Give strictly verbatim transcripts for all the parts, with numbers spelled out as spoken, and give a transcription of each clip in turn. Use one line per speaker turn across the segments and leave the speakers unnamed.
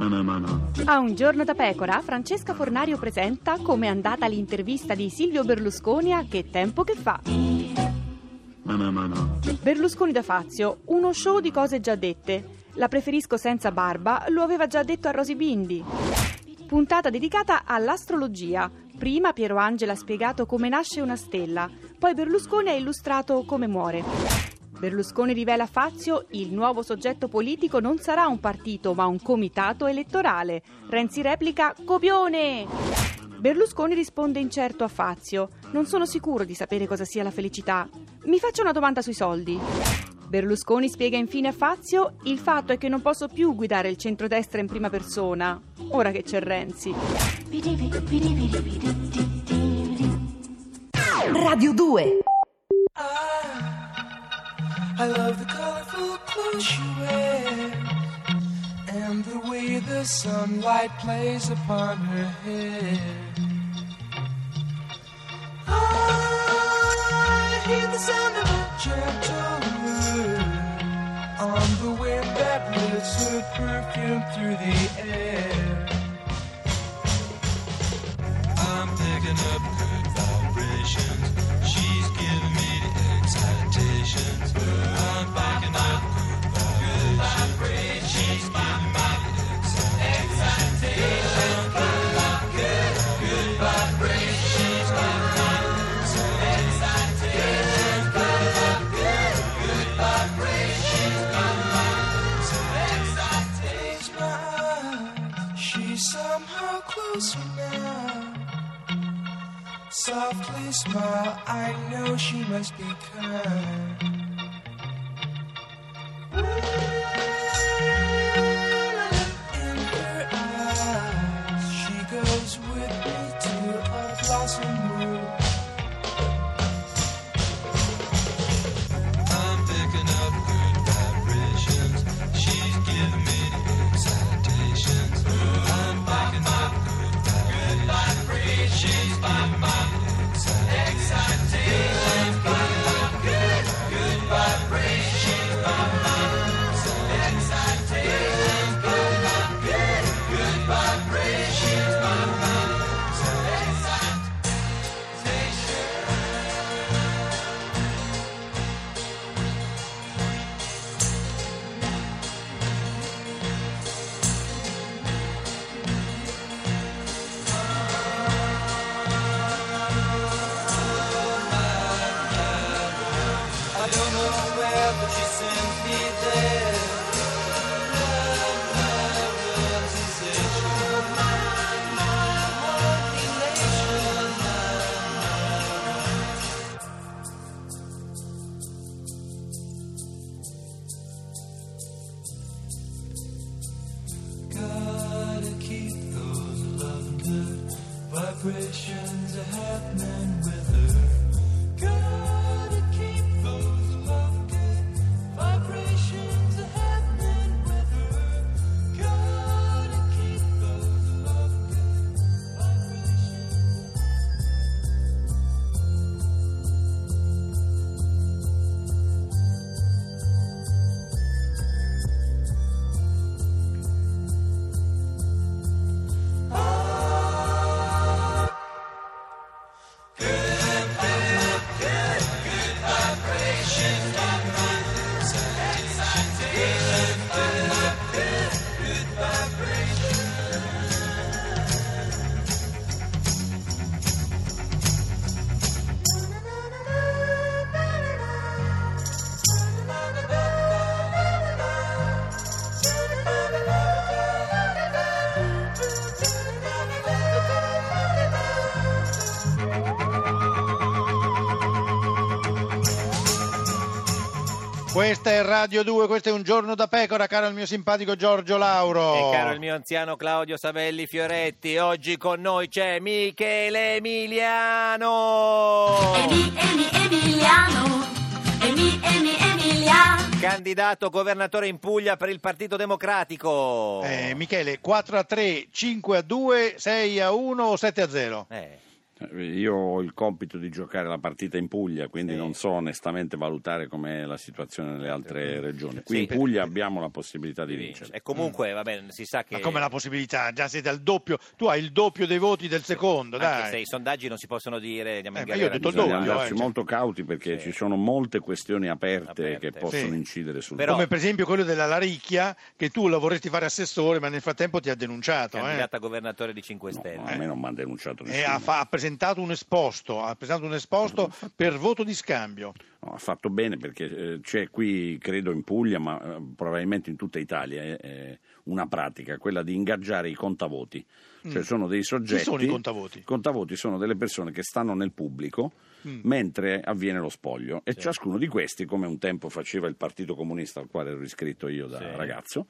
A Un giorno da pecora, Francesca Fornario presenta come è andata l'intervista di Silvio Berlusconi a Che tempo che fa. Berlusconi da Fazio, uno show di cose già dette. La preferisco senza barba, lo aveva già detto a Rosy Bindi. Puntata dedicata all'astrologia. Prima Piero Angela ha spiegato come nasce una stella, poi Berlusconi ha illustrato come muore. Berlusconi rivela a Fazio: il nuovo soggetto politico non sarà un partito ma un comitato elettorale. Renzi replica: copione! Berlusconi risponde incerto a Fazio: non sono sicuro di sapere cosa sia la felicità. Mi faccio una domanda sui soldi. Berlusconi spiega infine a Fazio: il fatto è che non posso più guidare il centrodestra in prima persona, ora che c'è Renzi.
Radio due.
I love the colorful clothes you wear and the way the sunlight plays upon her hair. I hear the sound of a gentle word on the wind that lifts her perfume through the air. I'm picking up good vibrations. She's giving me the excitations. I'm picking up good vibrations. She's giving me the excitations. I'm picking up good, good vibrations. She's giving me the excitations. I'm picking up good, good vibrations. She's giving me the excitations. My eyes, she's somehow closer now. Softly smile, I know she must be kind. In her eyes, she goes with me to a blossom room. I'm picking up good vibrations. She's giving me the excitations. I'm picking up good vibrations. She's giving me excitations, picking up good, good vibrations. Excitations, picking up good, good vibrations. I don't know where, but she sends me there. Love, love, love's sensation. More elation. Gotta keep those loving good vibrations are happening with her. Gotta keep those loving good vibrations are happening with her. Gotta keep those loving good vibrations.
Questa è Radio due, questo è Un giorno da pecora, caro il mio simpatico Giorgio Lauro.
E caro il mio anziano Claudio Savelli Fioretti. Oggi con noi c'è Michele Emiliano.
Emi, Emi, Emiliano. Emi, Emi, Emiliano.
Candidato governatore in Puglia per il Partito Democratico.
Eh, Michele, quattro a tre, cinque a due, sei a uno o sette a zero?
Eh.
Io ho il compito di giocare la partita in Puglia, quindi
Sì.
non so onestamente valutare com'è la situazione nelle altre regioni. Qui
Sì.
in Puglia abbiamo la possibilità di vincere.
E comunque, vabbè, si sa che...
Ma come la possibilità? Già siete al doppio, tu hai il doppio dei voti del secondo,
Anche
dai.
se i sondaggi non si possono dire, andiamo in
Eh, ma
galera
io ho detto
di
Bisogna
doppio,
andarci
eh, cioè.
molto cauti perché ci sono molte questioni aperte,
Aperte.
che possono
Sì.
incidere sul
Però-
Come per esempio quello della Laricchia, che tu lo vorresti fare assessore, ma nel frattempo ti ha denunciato. Eh.
candidata a governatore di cinque
No,
Stelle.
a me non mi ha denunciato
E
nessuno.
ha, fa- ha presentato un esposto, ha presentato un esposto per voto di scambio.
No, ha fatto bene perché eh, c'è qui, credo in Puglia, ma eh, probabilmente in tutta Italia, eh, eh, una pratica, quella di ingaggiare i contavoti. Cioè sono dei soggetti...
Chi sono i contavoti?
I contavoti sono delle persone che stanno nel pubblico
Mm.
mentre avviene lo spoglio e ciascuno di questi, come un tempo faceva il Partito Comunista al quale ero iscritto io da
Sì.
ragazzo,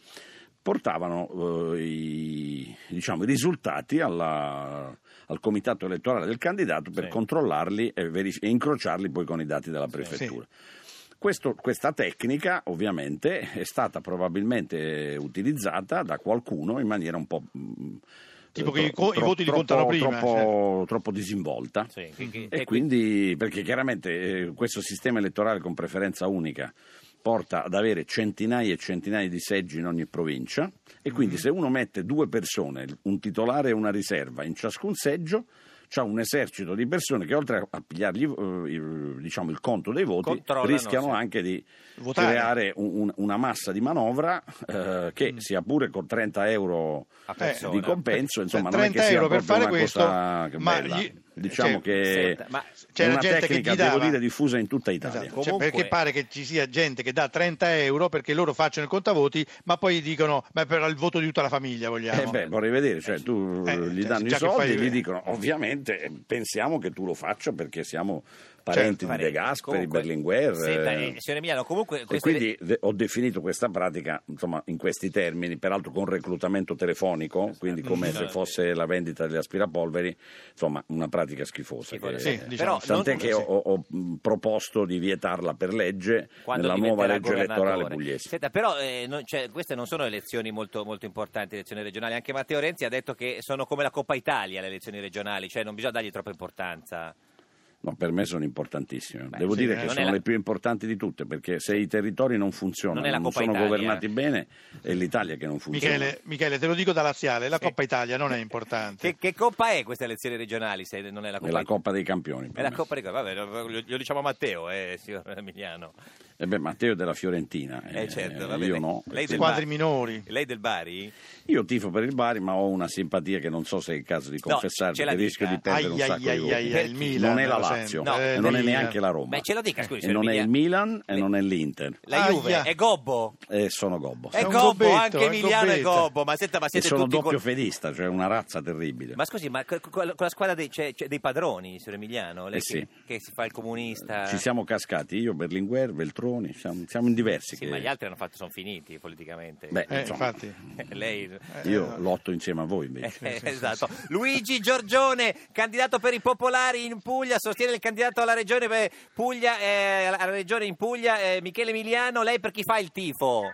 portavano eh, i, diciamo, i risultati alla- al comitato elettorale del candidato per
Sì.
controllarli e, verif- e incrociarli poi con i dati della prefettura. Questo- questa tecnica ovviamente è stata probabilmente utilizzata da qualcuno in maniera un po' mh,
Tipo
tro-
che i co- i
tro-
voti li
troppo,
contano prima,
troppo, troppo disinvolta.
Sì, che- che-
E
e
quindi, perché chiaramente eh, questo sistema elettorale con preferenza unica porta ad avere centinaia e centinaia di seggi in ogni provincia e quindi se uno mette due persone, un titolare e una riserva in ciascun seggio, c'ha un esercito di persone che oltre a pigliargli eh, il- diciamo, il conto dei voti
Controllano,
rischiano
sì.
anche di
Votare.
creare un- un- una massa di manovra eh, che sia pure con trenta euro
A persona.
di compenso, insomma non è
trenta
che sia
euro per
proprio
fare
una
questo,
cosa che
ma
bella.
gli-
Diciamo
cioè,
che
senta, ma
è
c'era
una
gente che
tecnica,
gridava.
devo dire, diffusa in tutta Italia.
Esatto. Cioè,
Comunque-
perché pare che ci sia gente che dà trenta euro perché loro facciano il contavoti, ma poi dicono ma per il voto di tutta la famiglia vogliamo.
Eh beh, vorrei vedere, cioè tu
Eh,
gli
cioè,
danno i
già che
soldi
fai-
e gli dicono ovviamente eh, pensiamo che tu lo faccia perché siamo parenti
Certo.
di De Gasperi,
Comunque,
Berlinguer.
senta,
eh.
eh, signor Emiliano, comunque
E
queste-
quindi de- ho definito questa pratica insomma in questi termini, peraltro con reclutamento telefonico, quindi come se fosse la vendita degli aspirapolveri, insomma una pratica schifosa.
Schifosa,
che-
sì,
eh,
diciamo.
Però
Tant'è
non-
che ho, ho, mh, proposto di vietarla per legge
quando
nella nuova
diventerà
legge elettorale
governatore.
pugliese.
Senta, però eh, non- cioè, queste non sono elezioni molto, molto importanti, elezioni regionali. Anche Matteo Renzi ha detto che sono come la Coppa Italia le elezioni regionali, cioè non bisogna dargli troppa importanza.
No, per me sono importantissime.
Beh,
Devo
sì,
dire
eh,
che
non è
sono
la-
le più importanti di tutte, perché se i territori non funzionano,
Non è la
non
Coppa
sono
Italia.
governati bene, è l'Italia che non funziona.
Michele, Michele, te lo dico da laziale, la
Sì.
Coppa Italia non è importante.
Che, che Coppa è queste elezioni regionali se non è la
È
Coppa
la
Italia?
Coppa dei Campioni. per
È la
me.
Coppa di Vabbè, lo, lo- lo diciamo a Matteo, eh, signor Emiliano.
E beh, Matteo è della Fiorentina,
Eh,
eh,
certo, va
io
bene.
no.
Lei del
Squadre
Bari.
minori.
Lei del Bari?
Io tifo per il Bari, ma ho una simpatia che non so se è il caso di
No,
confessare,
ce la
perché rischio
dica.
di perdere un
Ai,
sacco
ai,
di
ai,
voti.
ai,
Per
il
chi?
Milan,
Non è la
lo
Lazio,
sento.
No.
e
Eh,
non è
del
neanche
Milan.
la Roma.
Beh, ce lo dica, scusi,
E
signor
non è il
Emiliano.
Milan e non è l'Inter.
La
Aia.
Juve è Gobbo?
E sono gobbo.
È
un
Gobbo,
gobbetto,
anche
è un
Emiliano è
gobbetto.
Gobbo. Ma senta, ma
E
siete
sono
tutti
doppio
con-
fedista, cioè una razza terribile.
Ma scusi, ma co- co- con la squadra dei, c'è- c'è dei padroni, signor Emiliano? Lei
Eh sì.
che, che si fa il comunista?
Ci siamo cascati, io, Berlinguer, Veltroni, siamo, siamo in diversi.
Sì,
che-
ma gli altri hanno fatto, sono finiti politicamente.
Beh,
Eh,
insomma,
infatti.
Lei...
io lotto insieme a voi invece.
Eh, esatto. Luigi Giorgione, candidato per i popolari in Puglia, sostiene il candidato alla regione beh, Puglia, eh, alla regione in Puglia, eh, Michele Emiliano. Lei per chi fa il tifo?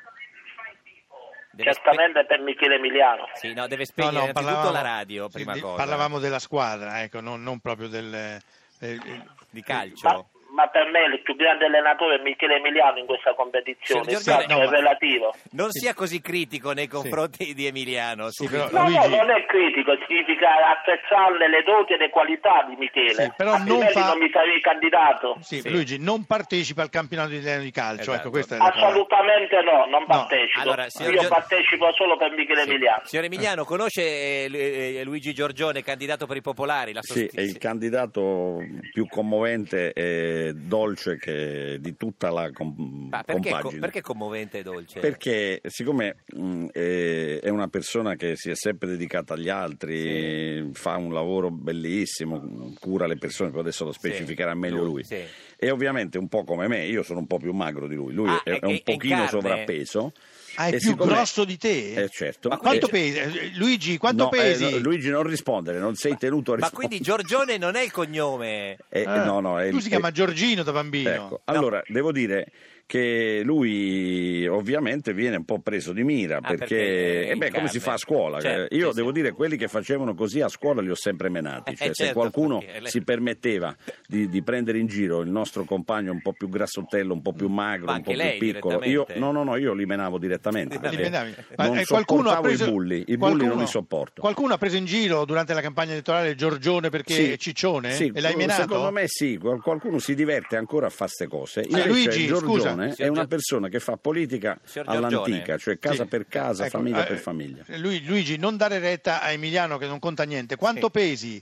Deve
Certamente per Michele Emiliano.
spe- sì, no, deve
No,
spegnere
no,
innanzitutto
parlavamo-
la radio,
sì,
prima
di-
cosa.
Parlavamo della squadra, ecco, non, non proprio del... eh, eh,
Di
Ma,
calcio.
ma per me il più grande allenatore è Michele Emiliano in questa competizione.
Sì,
Il
Giorgione-
calcio
no,
è
ma-
relativo.
Non sia così critico nei confronti di Emiliano.
Sì,
subito.
però-
No,
Luigi-
no, non è critico, significa apprezzarle le doti e le qualità di Michele.
Sì, però non
altrimenti
fa-
non mi sarei candidato.
sì,
Sì.
Luigi non partecipa al campionato italiano di calcio,
Esatto.
ecco, questa è la cosa.
Assolutamente no, non partecipo.
Allora, signor
Io
Gio-
partecipo solo per Michele
Sì.
Emiliano.
Signor Emiliano, conosce eh, Lu- eh, Luigi Giorgione, candidato per i popolari? La
Sì,
sosti-
è il candidato più commovente e dolce che di tutta la com-
Ma perché, co-
compagine.
perché commovente e dolce?
Perché siccome mh, è, è una persona che si è sempre dedicata agli altri, fa un lavoro bellissimo, cura le persone, poi adesso lo specificherà
Sì,
meglio
lui,
lui.
sì.
E ovviamente un po' come me, io sono un po' più magro di lui, lui
Ah,
è,
è-
è un
è in
pochino
carne?
sovrappeso.
Ah, è
E
più
siccome-
grosso di te?
Eh, certo.
Ma quanto
Eh,
pesi? Eh, Luigi, quanto
no, eh,
pesi?
no, Luigi non rispondere, non sei tenuto a
Ma
rispondere.
quindi Giorgione non è il cognome?
Eh,
Ah,
no, no, è
lui
il-
si chiama
è-
Giorgino da bambino.
Ecco, allora devo dire che lui ovviamente viene un po' preso di mira,
Ah,
perché,
perché
eh beh, come
incarne.
si fa a scuola?
Certo,
Io
sì,
devo
sì.
dire, quelli che facevano così a scuola li ho sempre menati,
Eh,
cioè, se
certo,
qualcuno
perché lei-
si permetteva di, di prendere in giro il nostro compagno un po' più grassottello, un po' più magro,
Ma
un po'
anche
più
lei
piccolo, io,
direttamente?
no no no io li menavo direttamente,
Li
perché
menavi. Ma,
non
eh, qualcuno ha
sopportavo
preso,
i bulli, i bulli
qualcuno-
non li sopporto.
Qualcuno ha preso in giro durante la campagna elettorale Giorgione perché
Sì,
è ciccione?
sì,
E l'hai menato?
secondo me sì, qual- qualcuno si diverte ancora a fare queste cose. Invece
Luigi,
Giorgione
scusa.
è una
Signor-
persona che fa politica
Signor
all'antica,
Giorgione.
cioè casa
Sì.
per casa,
Ecco,
famiglia
eh,
per famiglia.
Lui- Luigi, non dare retta a Emiliano che non conta niente. Quanto
Sì.
pesi?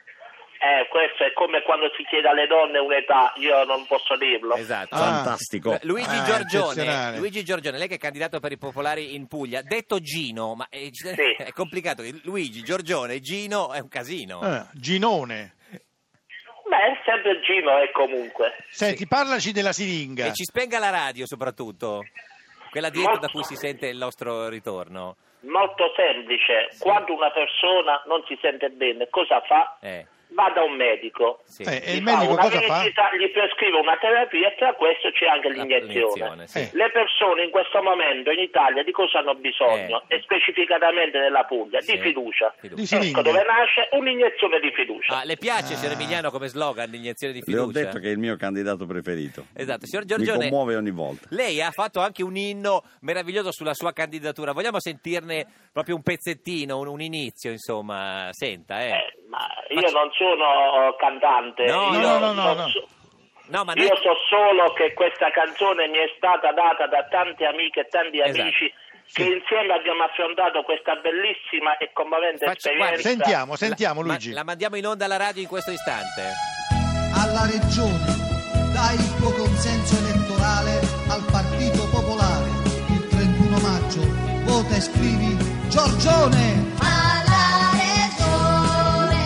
Eh, questo è come quando si chiede alle donne un'età, io non posso dirlo.
Esatto.
Ah.
Fantastico.
Luigi
Ah,
Giorgione,
eccezionale.
Luigi Giorgione, lei che è candidato per i popolari in Puglia, detto Gino, ma è, è complicato. Luigi Giorgione, Gino è un casino.
Eh, Ginone.
Beh, è sempre Gino e comunque.
Senti, parlaci della siringa.
E ci spenga la radio soprattutto, quella dietro da cui si sente il nostro ritorno.
Molto semplice, quando una persona non si sente bene, cosa fa?
Eh,
Va da un medico.
sì.
Eh, e
Gli
il
fa
medico
una
cosa fa?
visita, gli prescrive una terapia e tra questo c'è anche
La-
l'iniezione.
l'iniezione, sì.
Eh.
Le persone in questo momento in Italia di cosa hanno bisogno?
Eh.
E specificatamente nella Puglia,
Sì.
di fiducia.
Fiducia.
Di
Ecco
siringhe.
dove nasce un'iniezione di fiducia.
Ah, le piace, signor
Ah.
Emiliano, come slogan l'iniezione di
Le ho
fiducia?
detto che è il mio candidato preferito.
Esatto, signor
Mi
Giorgione,
commuove ogni volta.
lei ha fatto anche un inno meraviglioso sulla sua candidatura. Vogliamo sentirne proprio un pezzettino, un, un inizio, insomma, senta, eh.
Eh, ma io non sono cantante.
No,
io
no, no, no,
so-
no.
No, ma noi...
Io so solo che questa canzone mi è stata data da tante amiche e tanti
Esatto.
amici
Sì.
che insieme abbiamo affrontato questa bellissima e commovente
Faccia-
esperienza.
guardi,
Sentiamo, sentiamo
Ma-
Luigi.
la mandiamo in onda alla radio in questo istante.
Alla regione dai il tuo consenso elettorale al Partito Popolare. Il trentuno maggio vota e scrivi Giorgione.
Alla regione,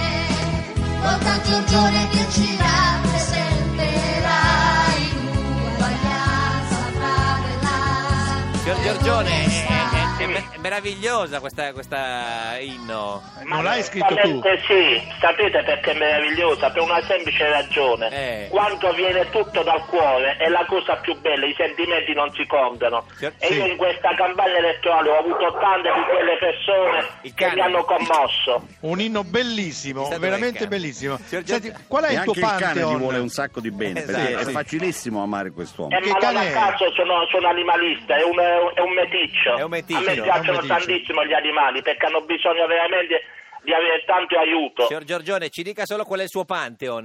vota Giorgione che ci rappresenterà in uguaglianza fratellare.
Signor Giorgione, è, è- è me- è meravigliosa questa, questa inno.
Non l'hai scritto tu?
Esattamente sì, sapete perché è meravigliosa? Per una semplice ragione.
Eh.
Quando viene tutto dal cuore è la cosa più bella, i sentimenti non si contano.
Signor-
E
Sì.
io in questa campagna elettorale ho avuto tante di quelle persone
Il
che
cane.
mi hanno commosso.
Un inno bellissimo,
Chissà dov'è
veramente
il cane.
bellissimo.
Signor
Senti,
Giorgi-
qual è
E
il tuo
anche il cane
pantheon?
gli vuole un sacco di bene,
Esatto,
perché è
sì.
facilissimo amare quest'uomo.
E
Che
ma non
cane
a
è?
caso sono, sono animalista, è un, è un meticcio.
È un meticcio,
A me
è un
piacciono
meticcio.
tantissimo gli animali perché hanno bisogno veramente di avere tanto aiuto.
Signor Giorgione, ci dica solo qual è il suo pantheon.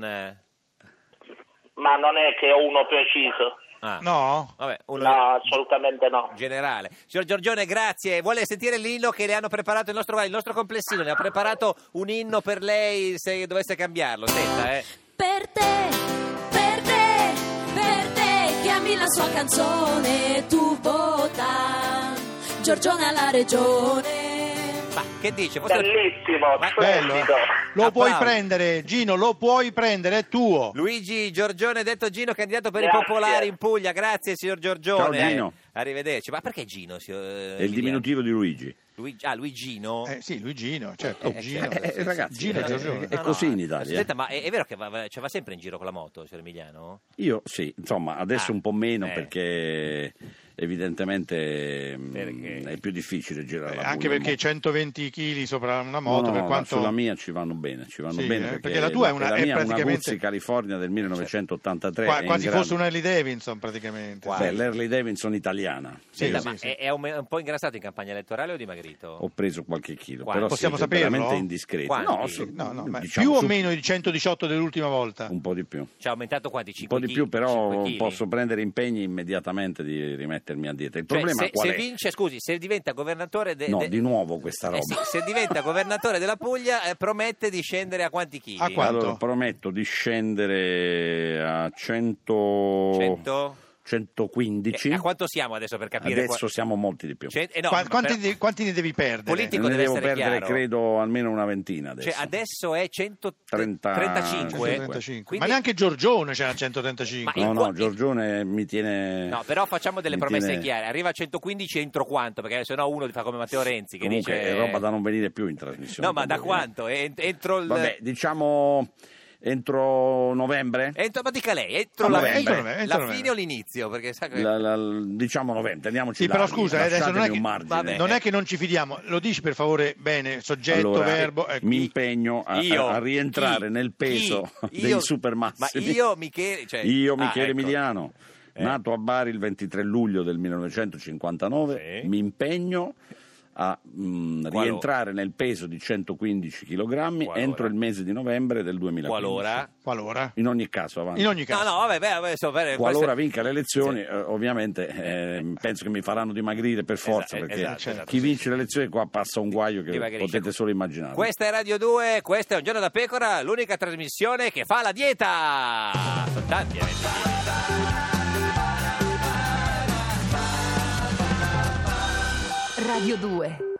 Ma non è che ho uno preciso.
Ah,
No?
vabbè, uno
No, assolutamente no.
generale. Signor Giorgione, grazie. Vuole sentire l'inno che le hanno preparato il nostro, il nostro complessino? Ne ha preparato un inno per lei se dovesse cambiarlo. Senta, eh.
Per te, per te, per te che ami la sua canzone, tu vota Giorgione alla regione.
Ma che dice? Forse-
Bellissimo,
Ma-
Bello, eh?
splendido.
Lo puoi
Applausi.
prendere, Gino, lo puoi prendere, è tuo.
Luigi Giorgione, detto Gino, candidato per
Grazie.
i popolari in Puglia. Grazie, signor Giorgione.
Ciao, Gino.
Eh, arrivederci. Ma perché Gino? signor-
È il
Emiliano?
diminutivo di Luigi.
Luigi, ah, Luigino?
Eh, sì, Luigino, certo.
Eh,
Gino.
certo, sì,
Eh, ragazzi,
Gino
eh,
Giorgione.
è così in Italia.
Senta, ma è, è vero che va, va- cioè, va sempre in giro con la moto, signor Emiliano?
Io sì, insomma, adesso
Ah,
un po' meno
eh.
perché evidentemente mh,
Perché?
è più difficile girare
Eh,
la
anche
Puglia in
perché
moto.
centoventi chili sopra una
No,
moto,
no,
per
no,
quanto...
sulla mia ci vanno bene, ci vanno
Sì,
bene
eh,
perché,
perché la tua è una-
la
è
mia è una
praticamente-
Guzzi California del millenovecentottantatré.
Qua-
è in
quasi
grado-
fosse una Harley Davidson praticamente.
Quasi.
Beh, l'Harley Davidson italiana.
Sì,
Senta,
sì,
ma
sì.
È, è un, un po' ingrassato in campagna elettorale o dimagrito?
Ho preso qualche chilo,
Quanti?
però
Possiamo
siete
saperlo?
veramente indiscreto.
Quanti?
No, sì,
No, no, ma
diciamo,
più o
su-
meno di centodiciotto dell'ultima volta?
un po' di più.
Ci ha aumentato quanti?
Un
cinque
po' di
chili?
più, però
cinque chili?
posso prendere impegni immediatamente di rimettermi a dieta. Il
Cioè,
problema
se,
qual
se
è?
vince, scusi, se diventa governatore de-
No,
de-
di nuovo questa roba.
eh sì, se diventa governatore della Puglia eh, promette di scendere a quanti chili?
A quanto?
Allora prometto di scendere a cento...
cento?
centoquindici.
Eh, a quanto siamo adesso per capire?
Adesso
qua-
siamo molti di più.
Cent- eh no,
Qua-
ma
quanti,
però-
de- quanti ne devi perdere?
Politico
ne
deve
devo
essere
perdere,
chiaro.
credo, almeno una ventina adesso.
Cioè, adesso è
trenta-
centotrentacinque.
centotrentacinque.
Quindi-
Ma neanche Giorgione c'era a centotrentacinque.
Ma
No,
in
no,
qua-
Giorgione mi tiene...
No, però facciamo delle
mi
promesse
tiene-
chiare. Arriva a centoquindici entro quanto? Perché se no uno fa come Matteo Renzi che
Comunque
dice...
è roba da non venire più in trasmissione.
No, ma da
quando viene.
quanto? Ent- Entro il...
Vabbè, diciamo Entro novembre?
Entro, ma dica lei, entro
A
la,
novembre.
fine,
Entro
la
novembre.
fine o l'inizio? Perché sa che...
La- la- diciamo novembre, teniamoci
Sì, però
larghi,
scusa, eh, adesso non è
lasciatemi
che,
un margine.
Vabbè.
non è che non ci fidiamo, lo dici per favore bene, soggetto,
Allora,
verbo. ecco.
mi impegno a,
Io?
a- a rientrare
Chi?
nel peso
Chi?
dei
Io?
supermassimi.
Ma io, Michele... Cioè...
Io,
Ah,
Michele
ecco.
Emiliano,
Eh.
nato a Bari il ventitré luglio del millenovecentocinquantanove,
Sì.
mi impegno a mh,
Qualo-
rientrare nel peso di centoquindici chilogrammi
Qualora.
entro il mese di novembre del duemilaquindici.
Qualora...
Qualora.
In ogni caso, avanti.
In ogni
No,
caso.
no, vabbè, beh, adesso, beh,
Qualora
questo-
vinca le elezioni,
Sì.
eh, ovviamente eh, penso che mi faranno dimagrire per forza,
Esatto,
perché
esatto, esatto,
chi
sì,
vince le elezioni qua passa un guaio che
Dimagrisce.
potete solo immaginare.
Questa è Radio due, questo è Un Giorno da Pecora, l'unica trasmissione che fa la dieta. Sono tanti, eh.
Radio due.